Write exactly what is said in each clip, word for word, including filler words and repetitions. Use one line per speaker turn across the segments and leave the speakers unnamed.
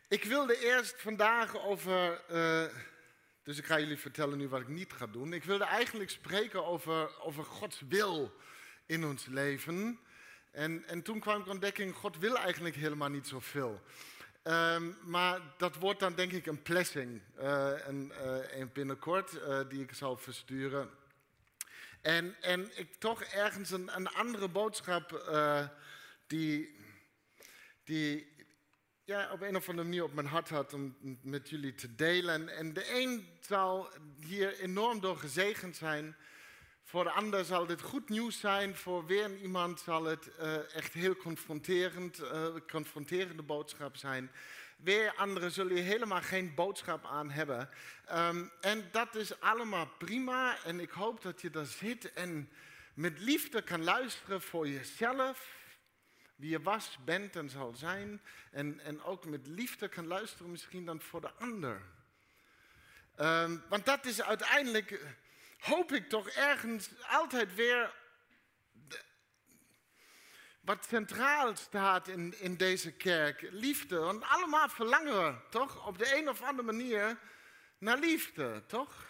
Ik wilde eerst vandaag over, uh, dus ik ga jullie vertellen nu wat ik niet ga doen. Ik wilde eigenlijk spreken over, over Gods wil in ons leven. En, en toen kwam ik ontdekking, God wil eigenlijk helemaal niet zoveel. Um, maar dat wordt dan denk ik een blessing, uh, en, uh, en binnenkort, uh, die ik zal versturen. En, en ik toch ergens een, een andere boodschap uh, die, die ja, op een of andere manier op mijn hart had om met jullie te delen. En de een zal hier enorm door gezegend zijn. Voor de ander zal dit goed nieuws zijn. Voor weer iemand zal het uh, echt heel confronterend, uh, confronterende boodschap zijn. Weer anderen zullen hier helemaal geen boodschap aan hebben. Um, en dat is allemaal prima. En ik hoop dat je daar zit en met liefde kan luisteren voor jezelf. Wie je was, bent en zal zijn. En, en ook met liefde kan luisteren misschien dan voor de ander. Um, want dat is uiteindelijk, hoop ik toch ergens altijd weer de, wat centraal staat in, in deze kerk. Liefde. Want allemaal verlangen we toch op de een of andere manier naar liefde, toch?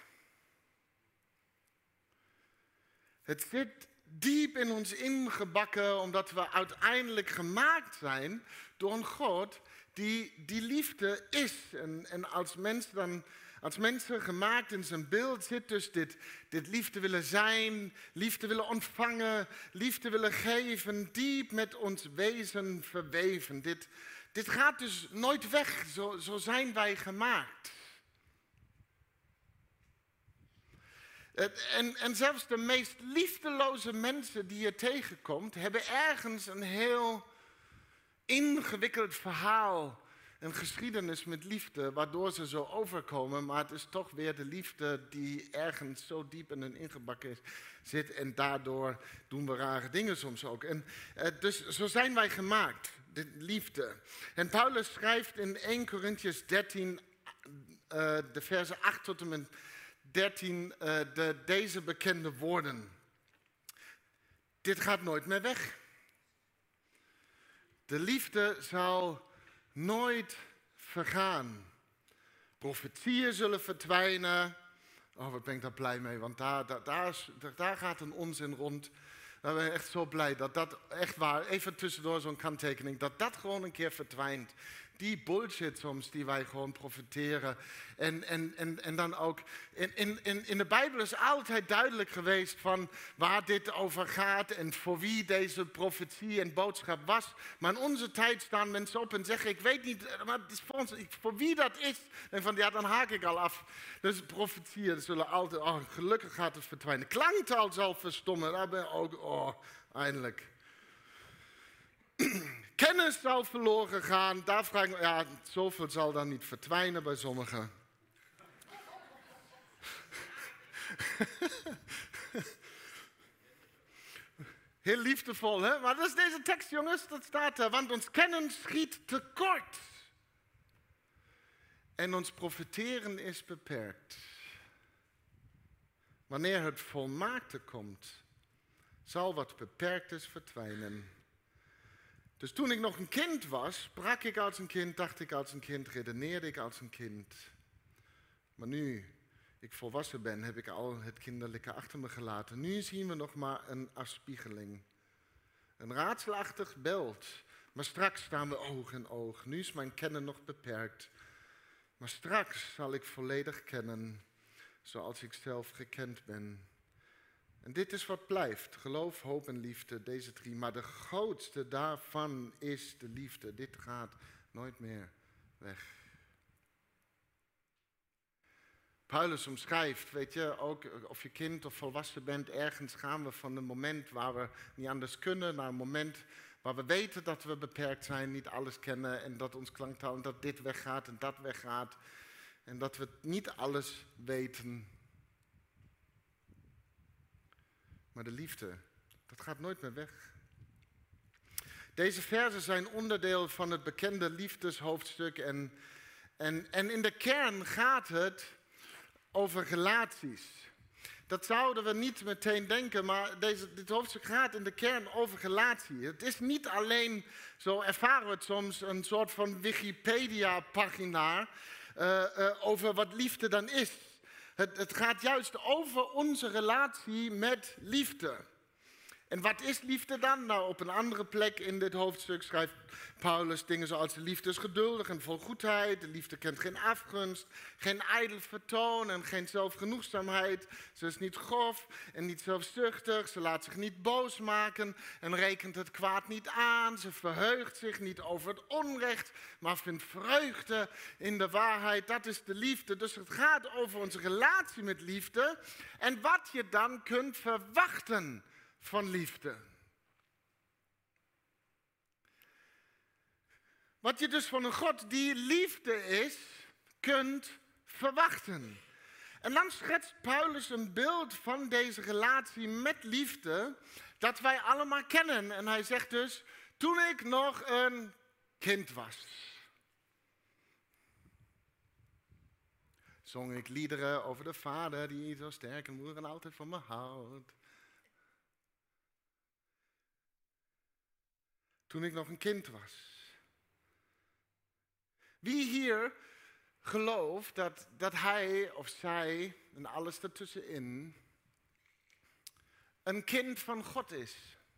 Het zit diep in ons ingebakken, omdat we uiteindelijk gemaakt zijn door een God die die liefde is. En, en als, mens dan, als mensen gemaakt in zijn beeld zit dus dit, dit liefde willen zijn, liefde willen ontvangen, liefde willen geven, diep met ons wezen verweven. Dit, dit gaat dus nooit weg, zo, zo zijn wij gemaakt. En, en zelfs de meest liefdeloze mensen die je tegenkomt, hebben ergens een heel ingewikkeld verhaal, een geschiedenis met liefde, waardoor ze zo overkomen. Maar het is toch weer de liefde die ergens zo diep in hun ingebakken is, zit en daardoor doen we rare dingen soms ook. En, uh, dus zo zijn wij gemaakt, de liefde. En Paulus schrijft in Eerste Korintiërs dertien, uh, de versen acht tot en met dertien, uh, de, deze bekende woorden. Dit gaat nooit meer weg. De liefde zal nooit vergaan. Profetieën zullen verdwijnen. Oh, wat ben ik daar blij mee, want daar, daar, daar, is, daar gaat een onzin rond. Daar ben ik echt zo blij dat dat echt waar, even tussendoor zo'n kanttekening, dat dat gewoon een keer verdwijnt. Die bullshit soms die wij gewoon profiteren. En, en, en, en dan ook, in, in, in de Bijbel is altijd duidelijk geweest van waar dit over gaat en voor wie deze profetie en boodschap was. Maar in onze tijd staan mensen op en zeggen, ik weet niet, maar het is voor, ons, voor wie dat is. En van ja, dan haak ik al af. Dus profetieën zullen altijd, oh, gelukkig gaat het verdwijnen. Klanktaal zal verstommen, daar ben ik ook, oh, eindelijk. Kennis zal verloren gaan. Daar vraag ik me, ja, zoveel zal dan niet verdwijnen bij sommigen. Heel liefdevol, hè? Maar dat is deze tekst, jongens, dat staat er. Want ons kennen schiet tekort. En ons profiteren is beperkt. Wanneer het volmaakte komt, zal wat beperkt is verdwijnen. Dus toen ik nog een kind was, sprak ik als een kind, dacht ik als een kind, redeneerde ik als een kind. Maar nu ik volwassen ben, heb ik al het kinderlijke achter me gelaten. Nu zien we nog maar een afspiegeling. Een raadselachtig beeld. Maar straks staan we oog in oog. Nu is mijn kennen nog beperkt. Maar straks zal ik volledig kennen, zoals ik zelf gekend ben. En dit is wat blijft. Geloof, hoop en liefde, deze drie. Maar de grootste daarvan is de liefde. Dit gaat nooit meer weg. Paulus omschrijft, weet je, ook of je kind of volwassen bent, ergens gaan we van een moment waar we niet anders kunnen, naar een moment waar we weten dat we beperkt zijn, niet alles kennen en dat ons klanktaal, en dat dit weggaat en dat weggaat. En dat we niet alles weten. Maar de liefde, dat gaat nooit meer weg. Deze verzen zijn onderdeel van het bekende liefdeshoofdstuk. En, en, en in de kern gaat het over relaties. Dat zouden we niet meteen denken, maar deze, dit hoofdstuk gaat in de kern over relatie. Het is niet alleen, zo ervaren we het soms, een soort van Wikipedia-pagina uh, uh, over wat liefde dan is. Het, het gaat juist over onze relatie met liefde. En wat is liefde dan? Nou, op een andere plek in dit hoofdstuk schrijft Paulus dingen zoals de liefde is geduldig en vol goedheid. De liefde kent geen afgunst, geen ijdel vertoon en geen zelfgenoegzaamheid. Ze is niet grof en niet zelfzuchtig. Ze laat zich niet boos maken en rekent het kwaad niet aan. Ze verheugt zich niet over het onrecht, maar vindt vreugde in de waarheid. Dat is de liefde. Dus het gaat over onze relatie met liefde en wat je dan kunt verwachten van liefde. Wat je dus van een God die liefde is, kunt verwachten. En dan schetst Paulus een beeld van deze relatie met liefde dat wij allemaal kennen. En hij zegt dus, toen ik nog een kind was, zong ik liederen over de vader die zo sterk en moeder en altijd van me houdt. Toen ik nog een kind was. Wie hier gelooft dat, dat hij of zij en alles ertussenin een kind van God is?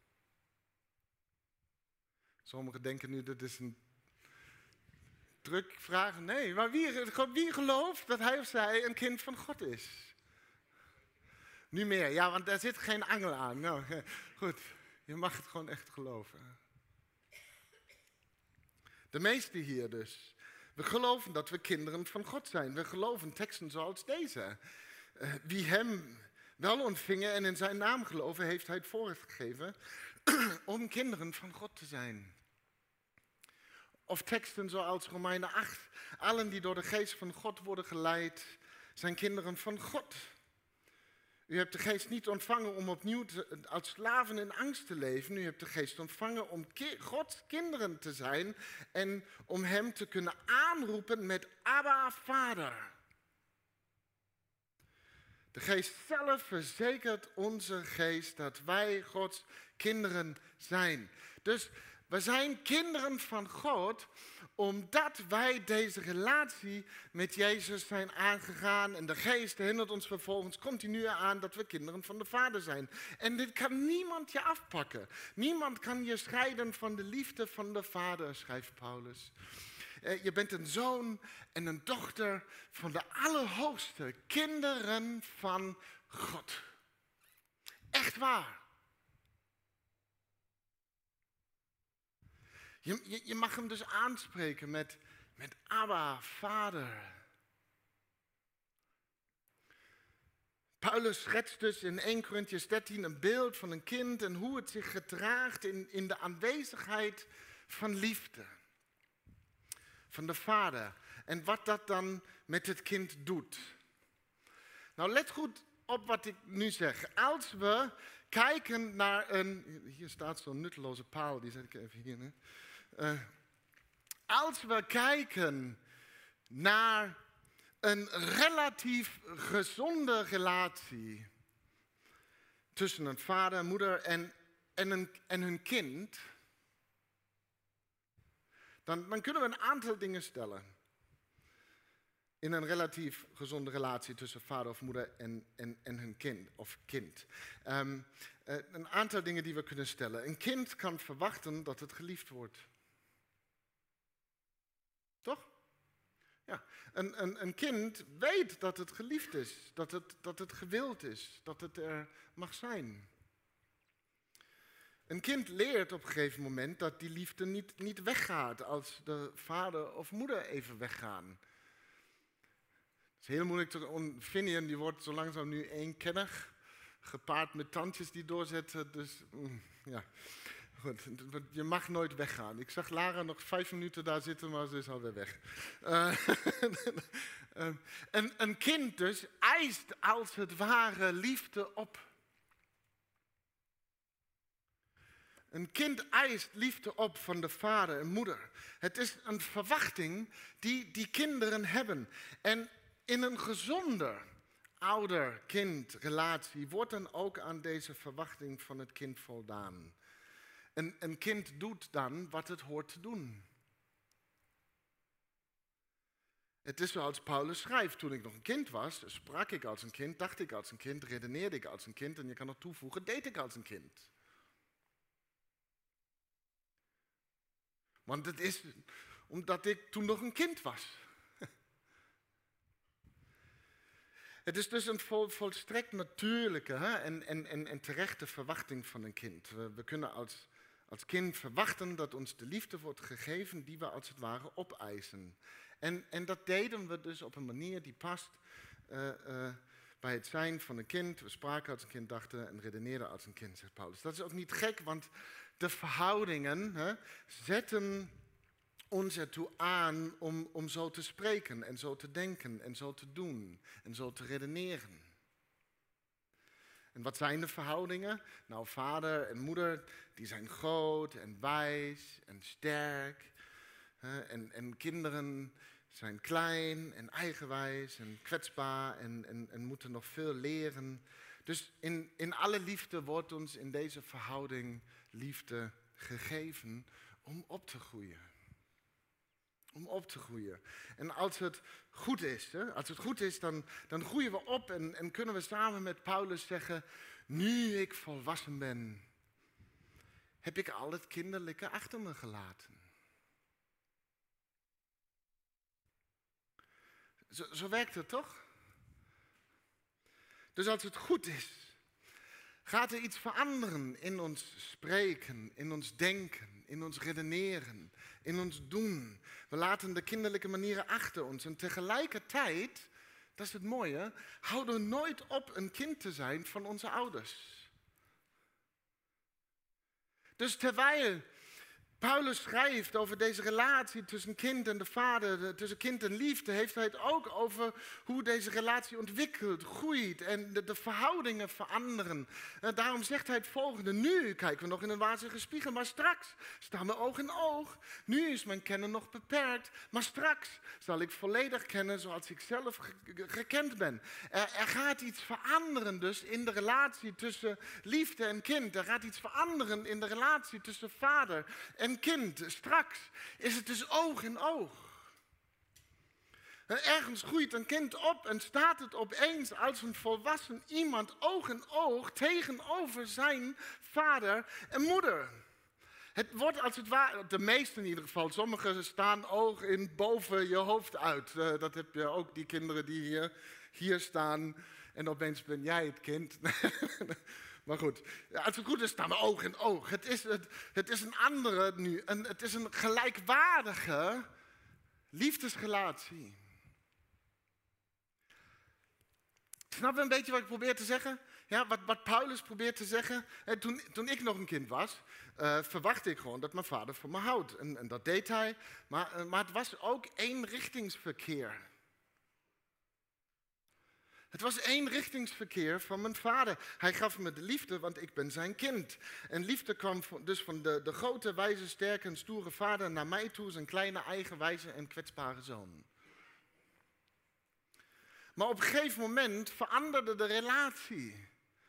Sommigen denken nu dat is een drukvraag. Nee, maar wie, wie gelooft dat hij of zij een kind van God is? Nu meer, ja, want daar zit geen angel aan. Nou, goed, je mag het gewoon echt geloven. De meesten hier dus. We geloven dat we kinderen van God zijn. We geloven teksten zoals deze. Uh, wie hem wel ontvingen en in zijn naam geloven, heeft hij het voorrecht gegeven om kinderen van God te zijn. Of teksten zoals Romeinen acht. Allen die door de geest van God worden geleid, zijn kinderen van God. U hebt de geest niet ontvangen om opnieuw te, als slaven in angst te leven. U hebt de geest ontvangen om ki- Gods kinderen te zijn en om hem te kunnen aanroepen met Abba, Vader. De geest zelf verzekert onze geest dat wij Gods kinderen zijn. Dus we zijn kinderen van God omdat wij deze relatie met Jezus zijn aangegaan. En de geest herinnert ons vervolgens continu aan dat we kinderen van de Vader zijn. En dit kan niemand je afpakken. Niemand kan je scheiden van de liefde van de Vader, schrijft Paulus. Je bent een zoon en een dochter van de Allerhoogste, kinderen van God. Echt waar. Je, je, je mag hem dus aanspreken met, met Abba, Vader. Paulus schetst dus in eerste Korintiërs dertien een beeld van een kind en hoe het zich gedraagt in, in de aanwezigheid van liefde. Van de Vader. En wat dat dan met het kind doet. Nou, let goed op wat ik nu zeg. Als we kijken naar een... Hier staat zo'n nutteloze paal, die zet ik even hier. Hè. Uh, als we kijken naar een relatief gezonde relatie tussen een vader en moeder en, en, een, en hun kind, dan, dan kunnen we een aantal dingen stellen. In een relatief gezonde relatie tussen vader of moeder en, en, en hun kind. Of kind. Um, uh, een aantal dingen die we kunnen stellen. Een kind kan verwachten dat het geliefd wordt. Toch? Ja. Een, een, een kind weet dat het geliefd is. Dat het, dat het gewild is. Dat het er mag zijn. Een kind leert op een gegeven moment dat die liefde niet, niet weggaat als de vader of moeder even weggaan. Het is heel moeilijk te ontvinden, die wordt zo langzaam nu eenkennig, gepaard met tandjes die doorzetten, dus mm, ja, goed, je mag nooit weggaan. Ik zag Lara nog vijf minuten daar zitten, maar ze is alweer weg. Uh, een, een kind dus eist als het ware liefde op. Een kind eist liefde op van de vader en moeder. Het is een verwachting die die kinderen hebben. En in een gezonde, ouder-kind-relatie wordt dan ook aan deze verwachting van het kind voldaan. Een, een kind doet dan wat het hoort te doen. Het is zoals Paulus schrijft, toen ik nog een kind was, sprak ik als een kind, dacht ik als een kind, redeneerde ik als een kind en je kan nog toevoegen, deed ik als een kind. Want het is omdat ik toen nog een kind was. Het is dus een vol, volstrekt natuurlijke hè, en, en, en, en terechte verwachting van een kind. We, we kunnen als, als kind verwachten dat ons de liefde wordt gegeven die we als het ware opeisen. En, en dat deden we dus op een manier die past uh, uh, bij het zijn van een kind. We spraken als een kind, dachten en redeneerden als een kind, zegt Paulus. Dat is ook niet gek, want de verhoudingen hè, zetten ons ertoe aan om, om zo te spreken en zo te denken en zo te doen en zo te redeneren. En wat zijn de verhoudingen? Nou, vader en moeder, die zijn groot en wijs en sterk. Hè, en, en kinderen zijn klein en eigenwijs en kwetsbaar en, en, en moeten nog veel leren. Dus in, in alle liefde wordt ons in deze verhouding liefde gegeven om op te groeien. Om op te groeien. En als het goed is, hè, als het goed is dan, dan groeien we op en, en kunnen we samen met Paulus zeggen, nu ik volwassen ben, heb ik al het kinderlijke achter me gelaten. Zo, zo werkt het toch? Dus als het goed is, gaat er iets veranderen in ons spreken, in ons denken, in ons redeneren, in ons doen. We laten de kinderlijke manieren achter ons en tegelijkertijd, dat is het mooie, houden we nooit op een kind te zijn van onze ouders. Dus terwijl Paulus schrijft over deze relatie tussen kind en de vader, tussen kind en liefde, heeft hij het ook over hoe deze relatie ontwikkelt, groeit en de, de verhoudingen veranderen. En daarom zegt hij het volgende, nu kijken we nog in een wazige spiegel, maar straks staan we oog in oog. Nu is mijn kennen nog beperkt, maar straks zal ik volledig kennen zoals ik zelf ge- gekend ben. Er, er gaat iets veranderen dus in de relatie tussen liefde en kind. Er gaat iets veranderen in de relatie tussen vader en Een kind, straks is het dus oog in oog. En ergens groeit een kind op en staat het opeens als een volwassen iemand oog in oog tegenover zijn vader en moeder. Het wordt als het ware, de meesten in ieder geval, sommigen staan oog in boven je hoofd uit. Uh, dat heb je ook, die kinderen die hier, hier staan en opeens ben jij het kind. Maar goed, als het goed is, staan we oog in oog. Het is, het, het is een andere nu. Een, het is een gelijkwaardige liefdesrelatie. Snap je een beetje wat ik probeer te zeggen? Ja, wat, wat Paulus probeert te zeggen. En toen, toen ik nog een kind was, uh, verwachtte ik gewoon dat mijn vader van me houdt. En, en dat deed hij. Maar, uh, maar het was ook eenrichtingsverkeer. Het was eenrichtingsverkeer van mijn vader. Hij gaf me de liefde, want ik ben zijn kind. En liefde kwam dus van de, de grote, wijze, sterke en stoere vader naar mij toe, zijn kleine, eigenwijze en kwetsbare zoon. Maar op een gegeven moment veranderde de relatie.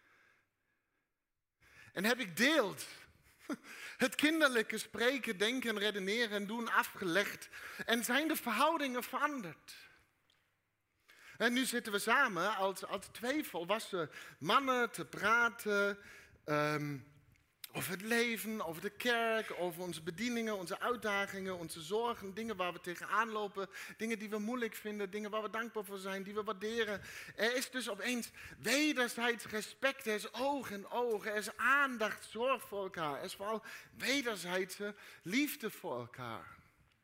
En heb ik deeld. Het kinderlijke spreken, denken, redeneren en doen afgelegd. En zijn de verhoudingen veranderd. En nu zitten we samen als, als twee volwassen mannen te praten um, over het leven, over de kerk, over onze bedieningen, onze uitdagingen, onze zorgen, dingen waar we tegenaan lopen, dingen die we moeilijk vinden, dingen waar we dankbaar voor zijn, die we waarderen. Er is dus opeens wederzijds respect, er is oog in oog, er is aandacht, zorg voor elkaar, er is vooral wederzijdse liefde voor elkaar.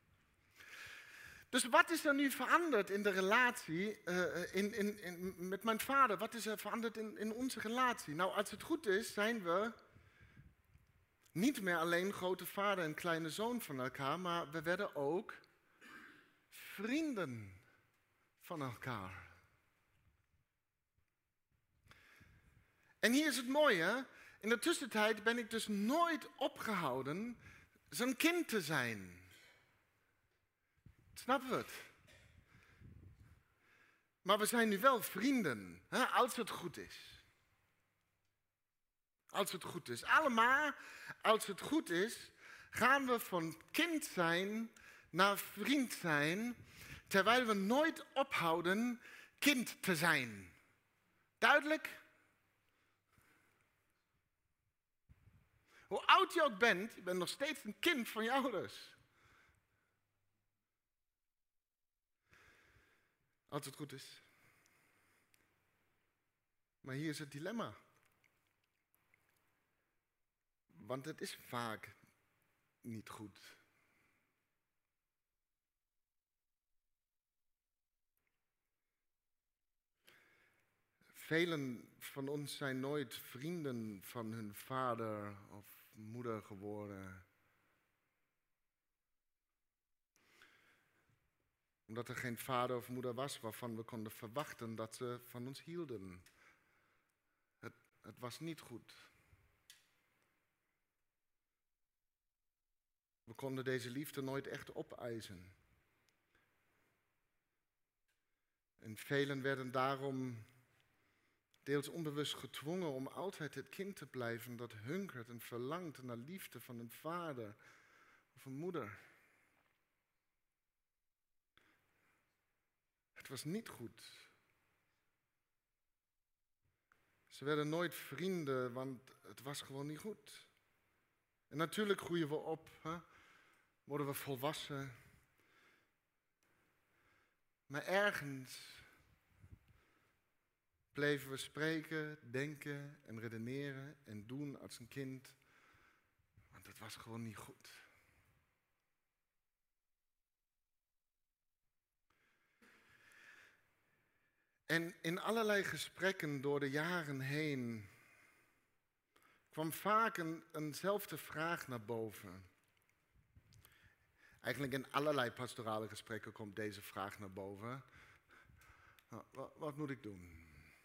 Dus wat is er nu veranderd in de relatie uh, in, in, in, met mijn vader? Wat is er veranderd in, in onze relatie? Nou, als het goed is, zijn we niet meer alleen grote vader en kleine zoon van elkaar, maar we werden ook vrienden van elkaar. En hier is het mooie, in de tussentijd ben ik dus nooit opgehouden zijn kind te zijn. Snappen we het? Maar we zijn nu wel vrienden, hè, als het goed is. Als het goed is. Allemaal, als het goed is, gaan we van kind zijn naar vriend zijn, terwijl we nooit ophouden kind te zijn. Duidelijk? Hoe oud je ook bent, je bent nog steeds een kind van je ouders. Als het goed is. Maar hier is het dilemma. Want het is vaak niet goed. Velen van ons zijn nooit vrienden van hun vader of moeder geworden. Omdat er geen vader of moeder was waarvan we konden verwachten dat ze van ons hielden. Het, het was niet goed. We konden deze liefde nooit echt opeisen. En velen werden daarom deels onbewust gedwongen om altijd het kind te blijven dat hunkert en verlangt naar liefde van een vader of een moeder. Het was niet goed. Ze werden nooit vrienden, want het was gewoon niet goed. En natuurlijk groeien we op, hè? Worden we volwassen. Maar ergens bleven we spreken, denken en redeneren en doen als een kind. Want het was gewoon niet goed. En in allerlei gesprekken door de jaren heen kwam vaak een, eenzelfde vraag naar boven. Eigenlijk in allerlei pastorale gesprekken komt deze vraag naar boven. Nou, wat, wat moet ik doen?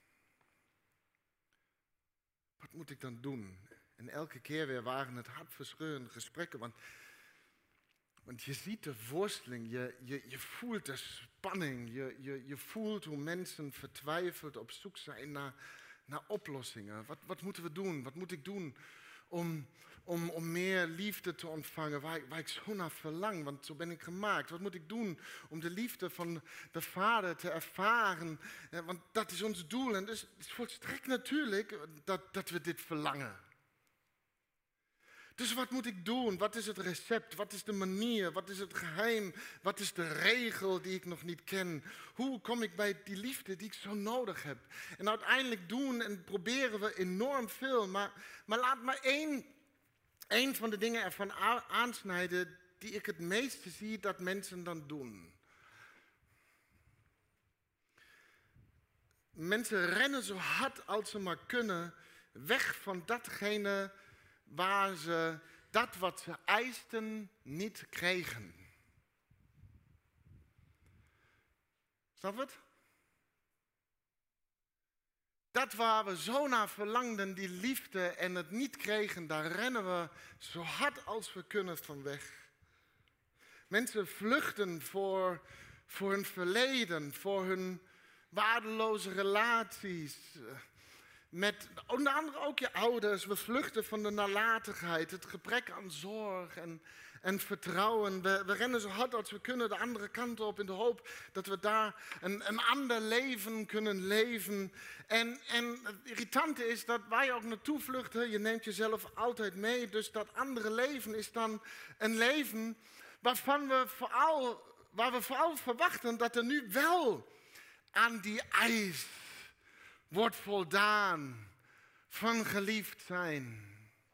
Wat moet ik dan doen? En elke keer weer waren het hartverscheurende gesprekken, want, want je ziet de worsteling, je, je, je voelt de spanning, je, je, je voelt hoe mensen vertwijfeld op zoek zijn naar, naar oplossingen. Wat, wat moeten we doen? Wat moet ik doen om, om, om meer liefde te ontvangen waar, waar ik zo naar verlang, want zo ben ik gemaakt. Wat moet ik doen om de liefde van de Vader te ervaren? Want dat is ons doel en dus het is volstrekt natuurlijk dat, dat we dit verlangen. Dus wat moet ik doen? Wat is het recept? Wat is de manier? Wat is het geheim? Wat is de regel die ik nog niet ken? Hoe kom ik bij die liefde die ik zo nodig heb? En uiteindelijk doen en proberen we enorm veel. Maar, maar laat maar één, één van de dingen ervan aansnijden die ik het meeste zie dat mensen dan doen. Mensen rennen zo hard als ze maar kunnen weg van datgene waar ze dat wat ze eisten niet kregen. Snap je het? Dat waar we zo naar verlangden, die liefde en het niet kregen, daar rennen we zo hard als we kunnen van weg. Mensen vluchten voor, voor hun verleden, voor hun waardeloze relaties. Met onder andere ook je ouders. We vluchten van de nalatigheid, het gebrek aan zorg en, en vertrouwen. We, we rennen zo hard als we kunnen de andere kant op in de hoop dat we daar een, een ander leven kunnen leven. En, en het irritante is dat waar je ook naartoe vluchten, je neemt jezelf altijd mee. Dus dat andere leven is dan een leven waarvan we vooral, waar we vooral verwachten dat er nu wel aan die eis wordt voldaan van geliefd zijn.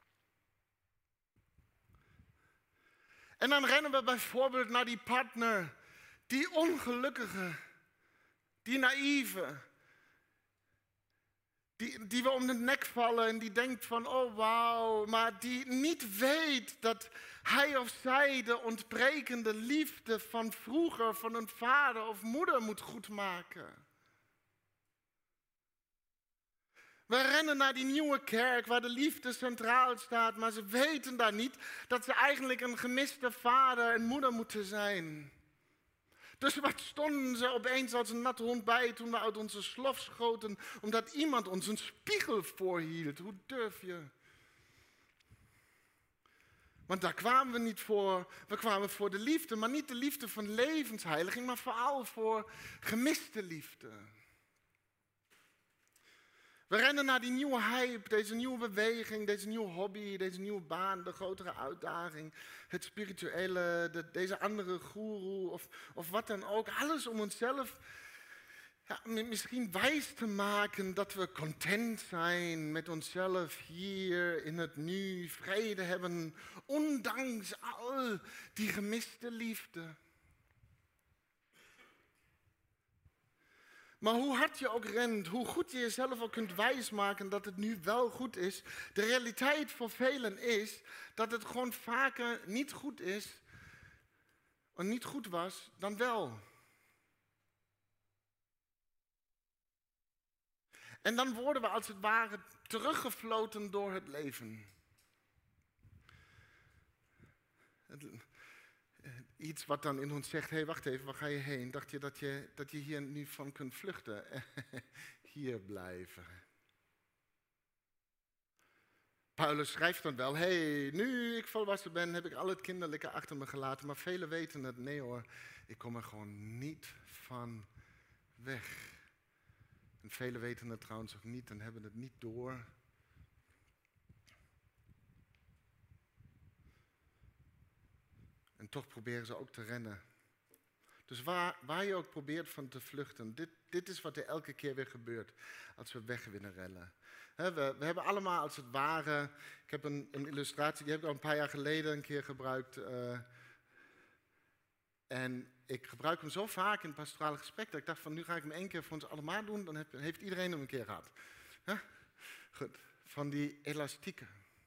En dan rennen we bijvoorbeeld naar die partner, die ongelukkige, die naïeve, die, die we om de nek vallen en die denkt van oh wauw, maar die niet weet dat hij of zij de ontbrekende liefde van vroeger van een vader of moeder moet goedmaken. We rennen naar die nieuwe kerk waar de liefde centraal staat, maar ze weten daar niet dat ze eigenlijk een gemiste vader en moeder moeten zijn. Dus wat stonden ze opeens als een natte hond bij toen we uit onze slof schoten, omdat iemand ons een spiegel voorhield. Hoe durf je? Want daar kwamen we niet voor. We kwamen voor de liefde, maar niet de liefde van levensheiliging, maar vooral voor gemiste liefde. We rennen naar die nieuwe hype, deze nieuwe beweging, deze nieuwe hobby, deze nieuwe baan, de grotere uitdaging, het spirituele, de, deze andere goeroe of, of wat dan ook. Alles om onszelf ja, misschien wijs te maken dat we content zijn met onszelf hier in het nu, vrede hebben, ondanks al die gemiste liefde. Maar hoe hard je ook rent, hoe goed je jezelf ook kunt wijsmaken dat het nu wel goed is. De realiteit voor velen is dat het gewoon vaker niet goed is, en niet goed was, dan wel. En dan worden we als het ware teruggefloten door het leven. Het, Iets wat dan in ons zegt, hé hey, wacht even, waar ga je heen? Dacht je dat je, dat je hier nu van kunt vluchten? Hier blijven. Paulus schrijft dan wel, hé, hey, nu ik volwassen ben, heb ik al het kinderlijke achter me gelaten. Maar velen weten het, nee hoor, ik kom er gewoon niet van weg. En velen weten het trouwens ook niet en hebben het niet door. En toch proberen ze ook te rennen. Dus waar, waar je ook probeert van te vluchten, dit, dit is wat er elke keer weer gebeurt als we weg willen rennen. He, we, we hebben allemaal als het ware, ik heb een, een illustratie, die heb ik al een paar jaar geleden een keer gebruikt. Uh, en ik gebruik hem zo vaak in het pastorale gesprek dat ik dacht van nu ga ik hem één keer voor ons allemaal doen, dan heb, heeft iedereen hem een keer gehad. Huh? Goed, van die elastieken.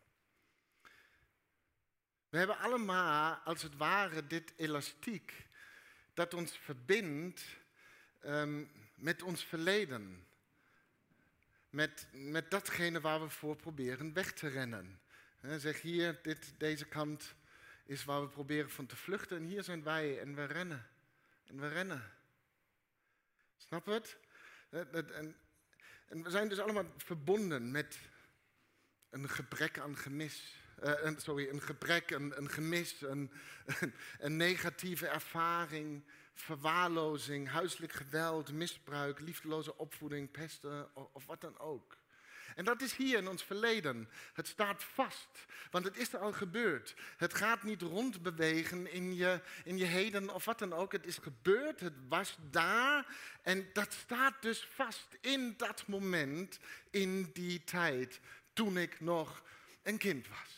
We hebben allemaal als het ware dit elastiek dat ons verbindt um, met ons verleden. Met, met datgene waar we voor proberen weg te rennen. He, zeg hier, dit, deze kant is waar we proberen van te vluchten en hier zijn wij en we rennen. En we rennen. Snap het? En, en we zijn dus allemaal verbonden met een gebrek aan gemis. Uh, een, sorry, een gebrek, een, een gemis, een, een, een negatieve ervaring, verwaarlozing, huiselijk geweld, misbruik, liefdeloze opvoeding, pesten of, of wat dan ook. En dat is hier in ons verleden. Het staat vast, want het is er al gebeurd. Het gaat niet rondbewegen in je, in je heden of wat dan ook. Het is gebeurd, het was daar en dat staat dus vast in dat moment, in die tijd, toen ik nog een kind was.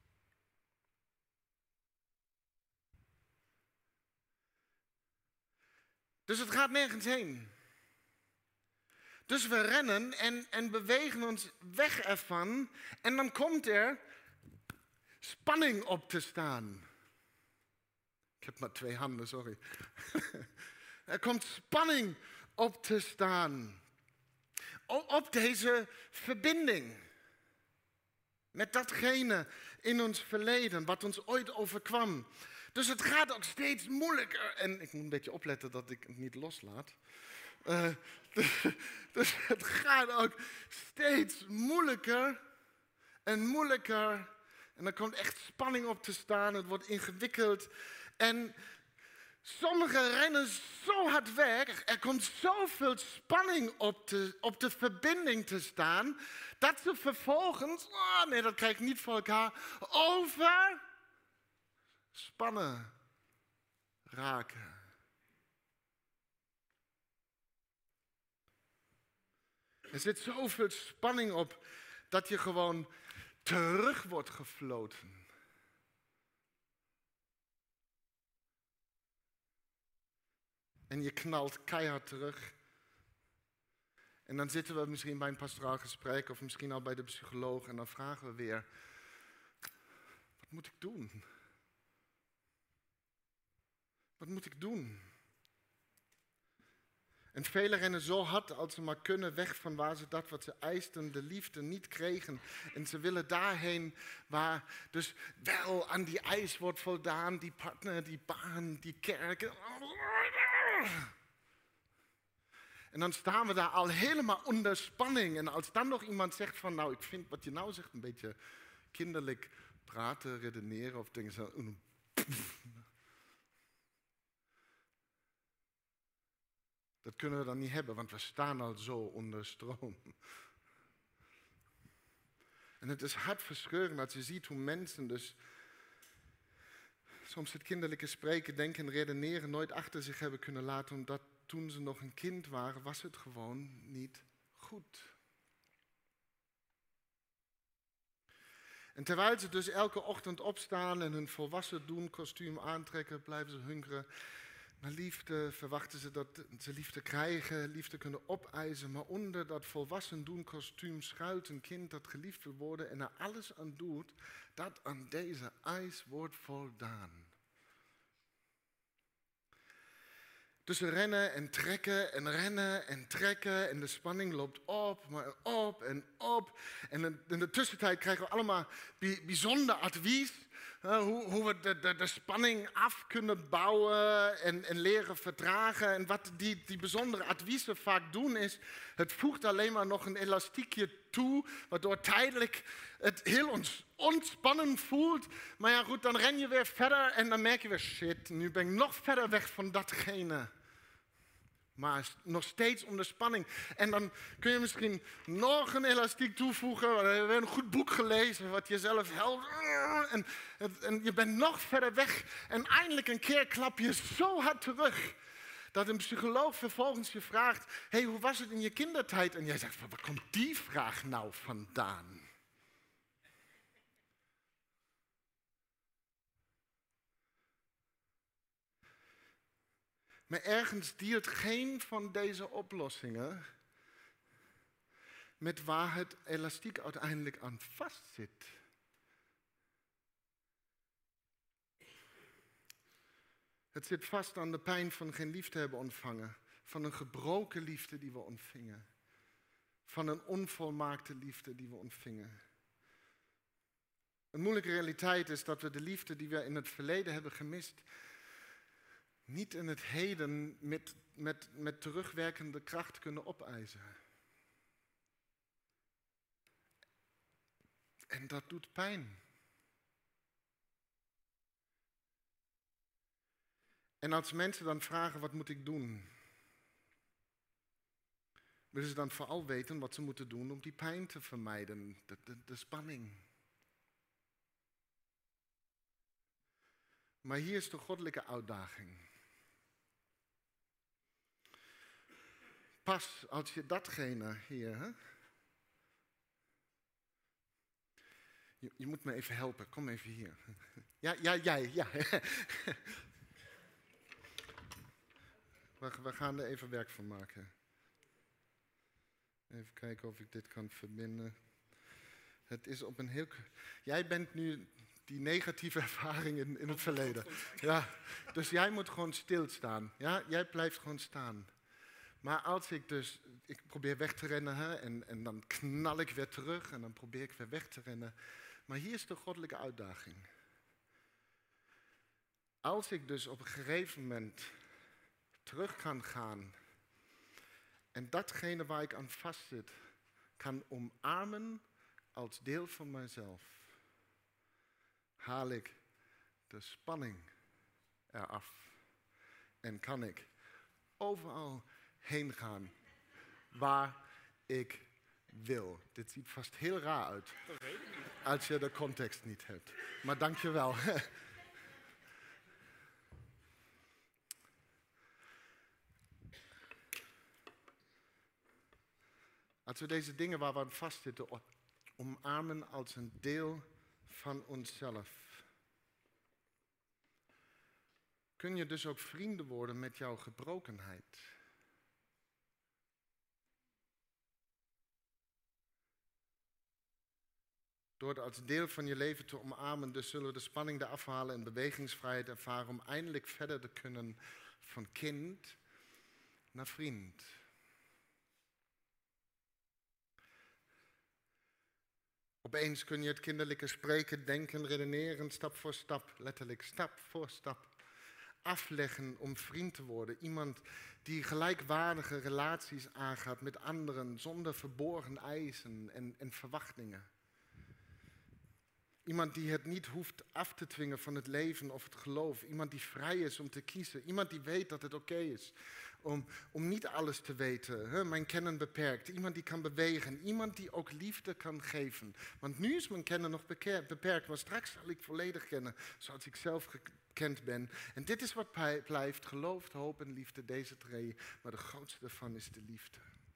Dus het gaat nergens heen. Dus we rennen en, en bewegen ons weg ervan. En dan komt er spanning op te staan. Ik heb maar twee handen, sorry. Er komt spanning op te staan. Op deze verbinding. Met datgene in ons verleden, wat ons ooit overkwam. Dus het gaat ook steeds moeilijker. En ik moet een beetje opletten dat ik het niet loslaat. Uh, dus, dus het gaat ook steeds moeilijker en moeilijker. En er komt echt spanning op te staan. Het wordt ingewikkeld. En sommigen rennen zo hard weg. Er komt zoveel spanning op de, op de verbinding te staan. Dat ze vervolgens, oh nee, dat krijg ik niet voor elkaar, over spannen raken. Er zit zoveel spanning op dat je gewoon terug wordt gefloten. En je knalt keihard terug. En dan zitten we misschien bij een pastoraal gesprek of misschien al bij de psycholoog en dan vragen we weer, wat moet ik doen? Wat moet ik doen? En velen rennen zo hard als ze maar kunnen weg van waar ze dat wat ze eisten, de liefde, niet kregen. En ze willen daarheen waar dus wel aan die eis wordt voldaan, die partner, die baan, die kerk. En dan staan we daar al helemaal onder spanning. En als dan nog iemand zegt van, nou, ik vind wat je nou zegt een beetje kinderlijk praten, redeneren of dingen zo. Dat kunnen we dan niet hebben, want we staan al zo onder stroom. En het is hartverscheurend als je ziet hoe mensen dus soms het kinderlijke spreken, denken en redeneren nooit achter zich hebben kunnen laten, omdat toen ze nog een kind waren, was het gewoon niet goed. En terwijl ze dus elke ochtend opstaan en hun volwassen doen, kostuum aantrekken, blijven ze hunkeren naar liefde, verwachten ze dat ze liefde krijgen, liefde kunnen opeisen, maar onder dat volwassen doen kostuum schuilt een kind dat geliefd wil worden en er alles aan doet dat aan deze eis wordt voldaan. Dus ze rennen en trekken en rennen en trekken en de spanning loopt op, maar op en op. En in de tussentijd krijgen we allemaal bijzonder advies. Uh, hoe, hoe we de, de, de spanning af kunnen bouwen en, en leren verdragen. En wat die, die bijzondere adviezen vaak doen is, het voegt alleen maar nog een elastiekje toe, waardoor tijdelijk het heel ons, ontspannen voelt. Maar ja goed, dan ren je weer verder en dan merk je weer, shit, nu ben ik nog verder weg van datgene. Maar nog steeds onder spanning. En dan kun je misschien nog een elastiek toevoegen. We hebben een goed boek gelezen wat jezelf helpt. En, en je bent nog verder weg. En eindelijk een keer klap je zo hard terug. Dat een psycholoog vervolgens je vraagt. Hey, hoe was het in je kindertijd? En jij zegt, waar komt die vraag nou vandaan? Maar ergens dealt geen van deze oplossingen met waar het elastiek uiteindelijk aan vastzit. Het zit vast aan de pijn van geen liefde hebben ontvangen, van een gebroken liefde die we ontvingen, van een onvolmaakte liefde die we ontvingen. Een moeilijke realiteit is dat we de liefde die we in het verleden hebben gemist, niet in het heden met, met, met terugwerkende kracht kunnen opeisen. En dat doet pijn. En als mensen dan vragen, wat moet ik doen? Willen ze dan vooral weten wat ze moeten doen om die pijn te vermijden, de, de, de spanning. Maar hier is de goddelijke uitdaging. Pas als je datgene hier, hè? Je, je moet me even helpen, kom even hier. Ja, ja, jij, ja. We, we gaan er even werk van maken. Even kijken of ik dit kan verbinden. Het is op een heel... Jij bent nu die negatieve ervaring in, in het verleden. Ja, dus jij moet gewoon stilstaan. Ja, jij blijft gewoon staan. Maar als ik dus, ik probeer weg te rennen hè, en, en dan knal ik weer terug en dan probeer ik weer weg te rennen. Maar hier is de goddelijke uitdaging. Als ik dus op een gegeven moment terug kan gaan en datgene waar ik aan vastzit kan omarmen als deel van mijzelf, haal ik de spanning eraf en kan ik overal heen gaan waar ik wil. Dit ziet vast heel raar uit als je de context niet hebt. Maar dank je wel. Als we deze dingen waar we aan vastzitten omarmen als een deel van onszelf, kun je dus ook vrienden worden met jouw gebrokenheid. Door het als deel van je leven te omarmen, dus zullen we de spanning eraf halen en bewegingsvrijheid ervaren om eindelijk verder te kunnen van kind naar vriend. Opeens kun je het kinderlijke spreken, denken, redeneren, stap voor stap, letterlijk stap voor stap, afleggen om vriend te worden. Iemand die gelijkwaardige relaties aangaat met anderen zonder verborgen eisen en, en verwachtingen. Iemand die het niet hoeft af te dwingen van het leven of het geloof. Iemand die vrij is om te kiezen. Iemand die weet dat het oké is om, om niet alles te weten. Hè? Mijn kennen beperkt. Iemand die kan bewegen. Iemand die ook liefde kan geven. Want nu is mijn kennen nog beperkt. Maar straks zal ik volledig kennen zoals ik zelf gekend ben. En dit is wat blijft. Geloof, hoop en liefde. Deze drie. Maar de grootste daarvan is de liefde.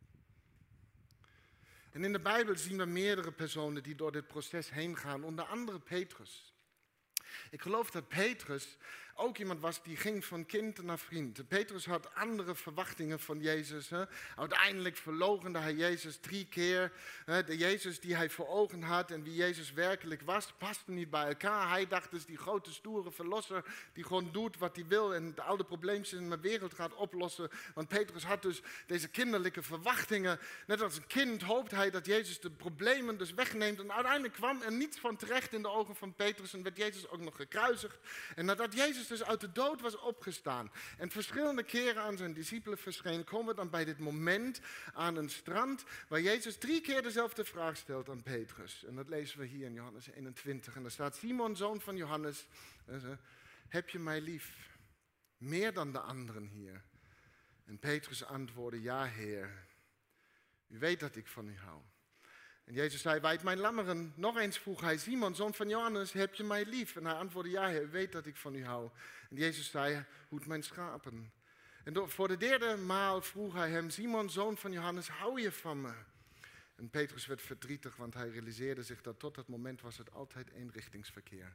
En in de Bijbel zien we meerdere personen die door dit proces heen gaan, onder andere Petrus. Ik geloof dat Petrus ook iemand was die ging van kind naar vriend. Petrus had andere verwachtingen van Jezus. Hè. Uiteindelijk verloochende hij Jezus drie keer. Hè. De Jezus die hij voor ogen had en wie Jezus werkelijk was, paste niet bij elkaar. Hij dacht dus die grote stoere verlosser die gewoon doet wat hij wil en al de problemen in de wereld gaat oplossen. Want Petrus had dus deze kinderlijke verwachtingen. Net als een kind hoopt hij dat Jezus de problemen dus wegneemt. En uiteindelijk kwam er niets van terecht in de ogen van Petrus en werd Jezus ook nog gekruisigd. En nadat Jezus dus uit de dood was opgestaan en verschillende keren aan zijn discipelen verscheen, komen we dan bij dit moment aan een strand waar Jezus drie keer dezelfde vraag stelt aan Petrus. En dat lezen we hier in Johannes eenentwintig. En daar staat: Simon, zoon van Johannes, heb je mij lief? Meer dan de anderen hier. En Petrus antwoordde: ja, Heer. U weet dat ik van u hou. En Jezus zei: wijd mijn lammeren. Nog eens vroeg hij: Simon, zoon van Johannes, heb je mij lief? En hij antwoordde: ja, Heer, u weet dat ik van u hou. En Jezus zei: hoed mijn schapen. En door, voor de derde maal vroeg hij hem: Simon, zoon van Johannes, hou je van me? En Petrus werd verdrietig, want hij realiseerde zich dat tot dat moment was het altijd eenrichtingsverkeer.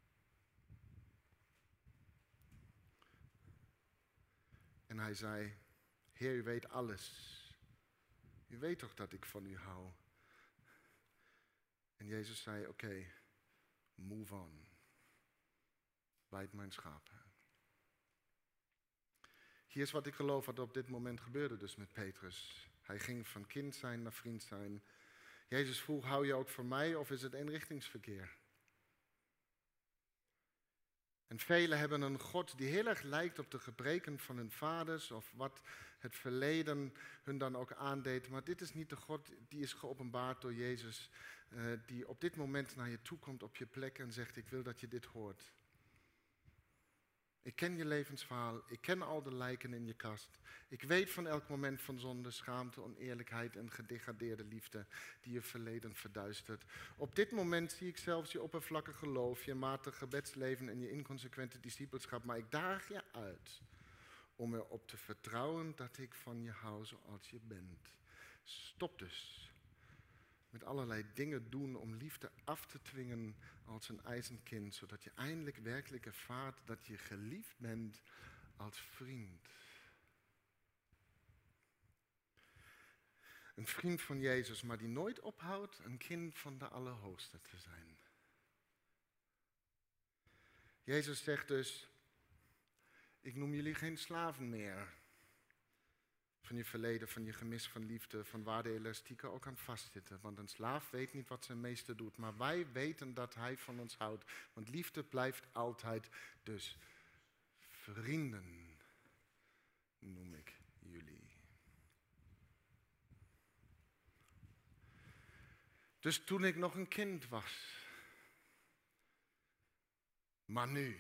En hij zei: Heer, u weet alles. U weet toch dat ik van u hou? En Jezus zei: oké, okay, move on. Wijd mijn schapen. Hier is wat ik geloof wat op dit moment gebeurde dus met Petrus. Hij ging van kind zijn naar vriend zijn. Jezus vroeg: hou je ook van mij of is het eenrichtingsverkeer? En velen hebben een God die heel erg lijkt op de gebreken van hun vaders of wat het verleden hun dan ook aandeed. Maar dit is niet de God die is geopenbaard door Jezus, uh, die op dit moment naar je toe komt op je plek en zegt: ik wil dat je dit hoort. Ik ken je levensverhaal, ik ken al de lijken in je kast. Ik weet van elk moment van zonde, schaamte, oneerlijkheid en gedegradeerde liefde die je verleden verduistert. Op dit moment zie ik zelfs je oppervlakkig geloof, je matig gebedsleven en je inconsequente discipelschap. Maar ik daag je uit om erop te vertrouwen dat ik van je hou zoals je bent. Stop dus met allerlei dingen doen om liefde af te dwingen als een eisenkind, zodat je eindelijk werkelijk ervaart dat je geliefd bent als vriend. Een vriend van Jezus, maar die nooit ophoudt een kind van de Allerhoogste te zijn. Jezus zegt dus: ik noem jullie geen slaven meer. Van je verleden, van je gemis van liefde, van waar de elastieken ook aan vastzitten. Want een slaaf weet niet wat zijn meester doet, maar wij weten dat hij van ons houdt. Want liefde blijft altijd, dus vrienden noem ik jullie. Dus toen ik nog een kind was, maar nu.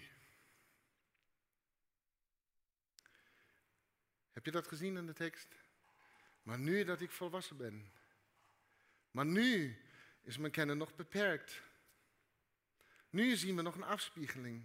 Heb je dat gezien in de tekst? Maar nu dat ik volwassen ben. Maar nu is mijn kennen nog beperkt. Nu zien we nog een afspiegeling.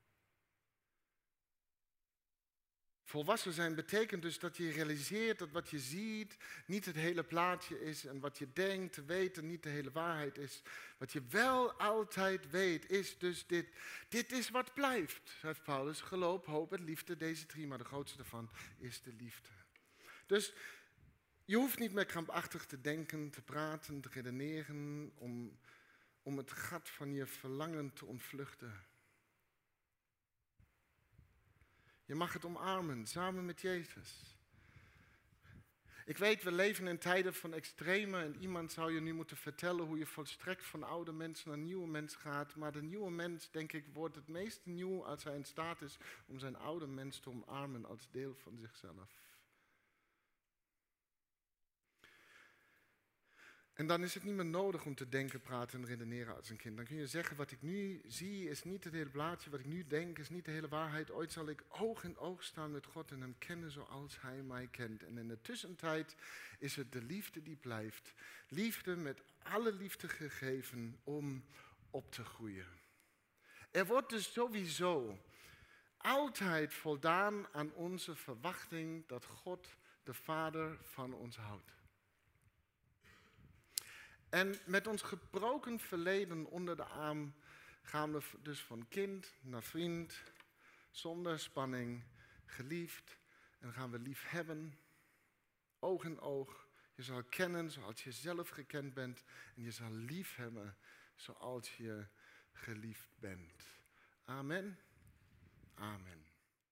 Volwassen zijn betekent dus dat je realiseert dat wat je ziet niet het hele plaatje is en wat je denkt te weten niet de hele waarheid is. Wat je wel altijd weet is dus dit. Dit is wat blijft, schrijft Paulus. Geloof, hoop en liefde, deze drie, maar de grootste daarvan is de liefde. Dus je hoeft niet meer krampachtig te denken, te praten, te redeneren om, om het gat van je verlangen te ontvluchten. Je mag het omarmen, samen met Jezus. Ik weet, we leven in tijden van extreme en iemand zou je nu moeten vertellen hoe je volstrekt van oude mensen naar nieuwe mensen gaat. Maar de nieuwe mens, denk ik, wordt het meest nieuw als hij in staat is om zijn oude mens te omarmen als deel van zichzelf. En dan is het niet meer nodig om te denken, praten en redeneren als een kind. Dan kun je zeggen, wat ik nu zie is niet het hele plaatje, wat ik nu denk is niet de hele waarheid. Ooit zal ik oog in oog staan met God en hem kennen zoals hij mij kent. En in de tussentijd is het de liefde die blijft. Liefde met alle liefde gegeven om op te groeien. Er wordt dus sowieso altijd voldaan aan onze verwachting dat God de Vader van ons houdt. En met ons gebroken verleden onder de arm gaan we dus van kind naar vriend, zonder spanning, geliefd. En dan gaan we lief hebben, oog in oog. Je zal kennen zoals je zelf gekend bent. En je zal lief hebben zoals je geliefd bent. Amen. Amen.